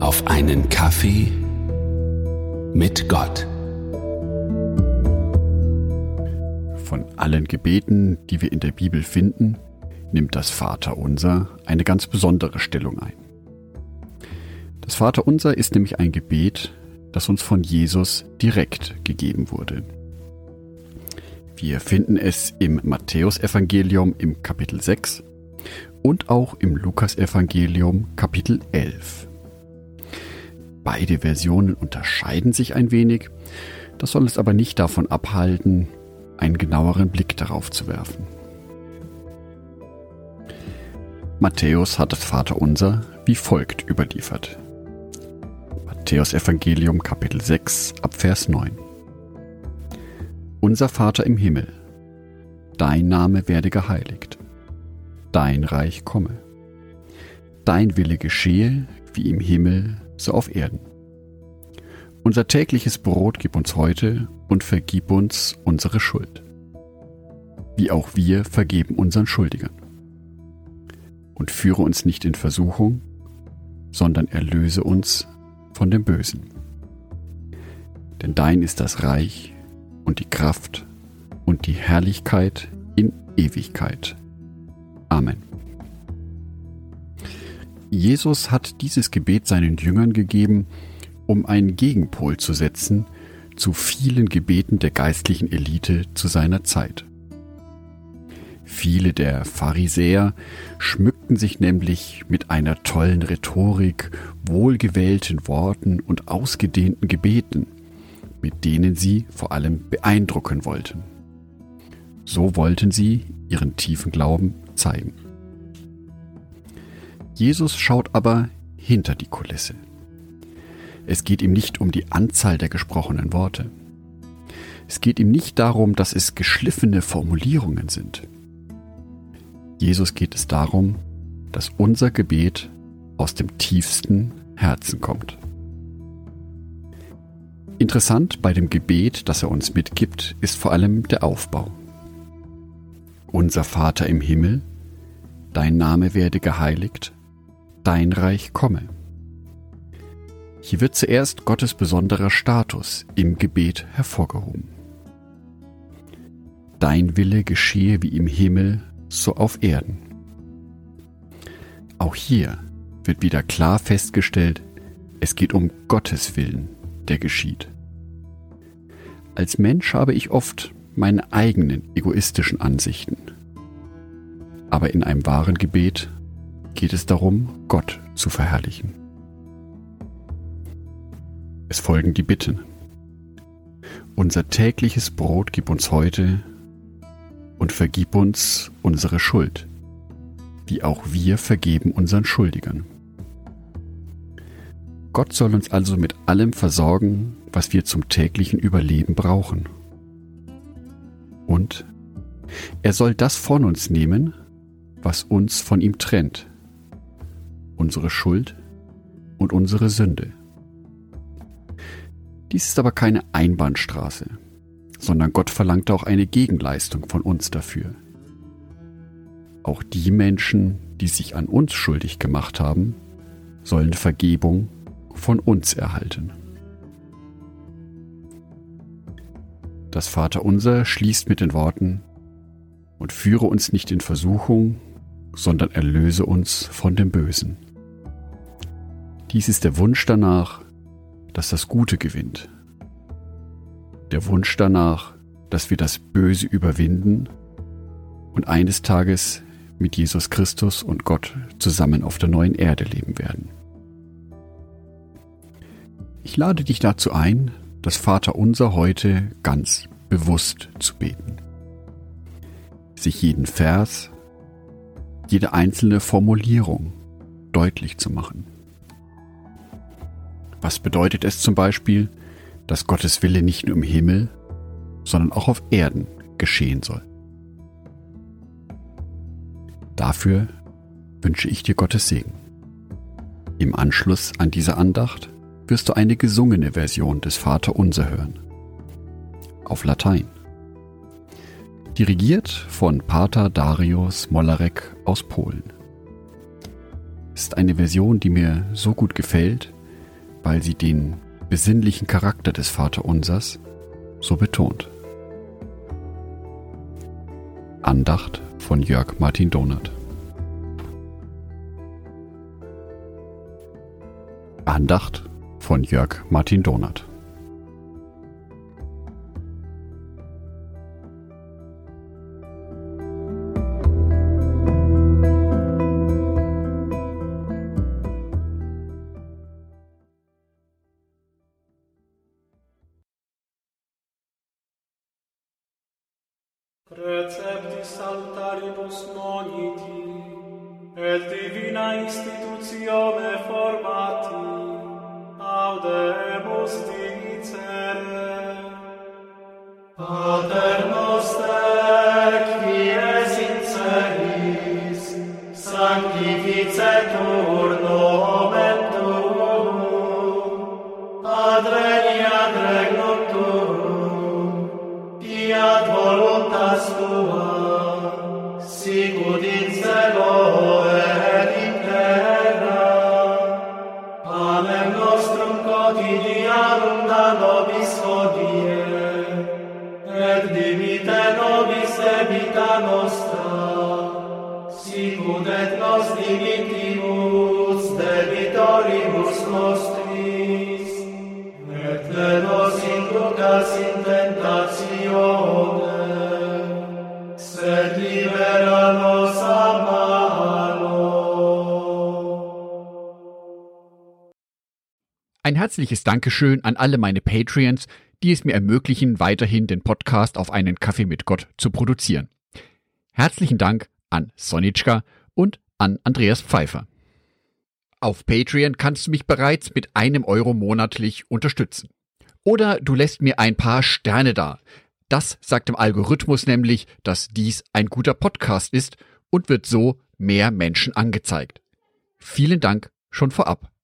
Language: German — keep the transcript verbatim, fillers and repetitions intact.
Auf einen Kaffee mit Gott. Von allen Gebeten, die wir in der Bibel finden, nimmt das Vaterunser eine ganz besondere Stellung ein. Das Vaterunser ist nämlich ein Gebet, das uns von Jesus direkt gegeben wurde. Wir finden es im Matthäusevangelium im Kapitel sechs und auch im Lukasevangelium Kapitel elf. Beide Versionen unterscheiden sich ein wenig, das soll es aber nicht davon abhalten, einen genaueren Blick darauf zu werfen. Matthäus hat das Vaterunser wie folgt überliefert. Matthäusevangelium Kapitel sechs ab Vers neun. Unser Vater im Himmel, dein Name werde geheiligt, dein Reich komme, dein Wille geschehe wie im Himmel, so auf Erden. Unser tägliches Brot gib uns heute und vergib uns unsere Schuld, wie auch wir vergeben unseren Schuldigern. Und führe uns nicht in Versuchung, sondern erlöse uns von dem Bösen. Denn dein ist das Reich und die Kraft und die Herrlichkeit in Ewigkeit. Amen. Jesus hat dieses Gebet seinen Jüngern gegeben, um einen Gegenpol zu setzen zu vielen Gebeten der geistlichen Elite zu seiner Zeit. Viele der Pharisäer schmückten sich nämlich mit einer tollen Rhetorik, wohlgewählten Worten und ausgedehnten Gebeten, mit denen sie vor allem beeindrucken wollten. So wollten sie ihren tiefen Glauben zeigen. Jesus schaut aber hinter die Kulisse. Es geht ihm nicht um die Anzahl der gesprochenen Worte. Es geht ihm nicht darum, dass es geschliffene Formulierungen sind. Jesus geht es darum, dass unser Gebet aus dem tiefsten Herzen kommt. Interessant bei dem Gebet, das er uns mitgibt, ist vor allem der Aufbau. Unser Vater im Himmel, dein Name werde geheiligt, dein Reich komme. Hier wird zuerst Gottes besonderer Status im Gebet hervorgehoben. Dein Wille geschehe wie im Himmel, so auf Erden. Auch hier wird wieder klar festgestellt, es geht um Gottes Willen, der geschieht. Als Mensch habe ich oft meine eigenen egoistischen Ansichten. Aber in einem wahren Gebet geht es darum, Gott zu verherrlichen. Es folgen die Bitten. Unser tägliches Brot gib uns heute und vergib uns unsere Schuld, wie auch wir vergeben unseren Schuldigern. Gott soll uns also mit allem versorgen, was wir zum täglichen Überleben brauchen. Und er soll das von uns nehmen, was uns von ihm trennt, unsere Schuld und unsere Sünde. Dies ist aber keine Einbahnstraße, sondern Gott verlangt auch eine Gegenleistung von uns dafür. Auch die Menschen, die sich an uns schuldig gemacht haben, sollen Vergebung von uns erhalten. Das Vaterunser schließt mit den Worten: Und führe uns nicht in Versuchung, sondern erlöse uns von dem Bösen. Dies ist der Wunsch danach, dass das Gute gewinnt. Der Wunsch danach, dass wir das Böse überwinden und eines Tages mit Jesus Christus und Gott zusammen auf der neuen Erde leben werden. Ich lade dich dazu ein, das Vaterunser heute ganz bewusst zu beten. Sich jeden Vers, jede einzelne Formulierung deutlich zu machen. Was bedeutet es zum Beispiel, dass Gottes Wille nicht nur im Himmel, sondern auch auf Erden geschehen soll? Dafür wünsche ich dir Gottes Segen. Im Anschluss an diese Andacht wirst du eine gesungene Version des Vaterunser hören. Auf Latein. Dirigiert von Pater Dariusz Molarek aus Polen. Es ist eine Version, die mir so gut gefällt, weil sie den besinnlichen Charakter des Vaterunsers so betont. Andacht von Jörg Martin Donath. Andacht von Jörg Martin Donath. Preceptis altaribus moniti, et divina institutione formati, audemus dicere. Pater noster, qui es in celis, sanctificetur nomen tuum, adveniat regnum tuum, fiat voluntas tua, sicut in cielo et in terra. Panem nostrum quotidianum da nobis hodie, et dimite nobis debita nostra, sicut et nos dimittimus debitoribus nostris, et ne nos inducas in tentatione, sed libera nos a malo. Ein herzliches Dankeschön an alle meine Patreons, die es mir ermöglichen, weiterhin den Podcast auf einen Kaffee mit Gott zu produzieren. Herzlichen Dank an Sonitschka und an Andreas Pfeiffer. Auf Patreon kannst du mich bereits mit einem Euro monatlich unterstützen. Oder du lässt mir ein paar Sterne da. Das sagt dem Algorithmus nämlich, dass dies ein guter Podcast ist und wird so mehr Menschen angezeigt. Vielen Dank schon vorab.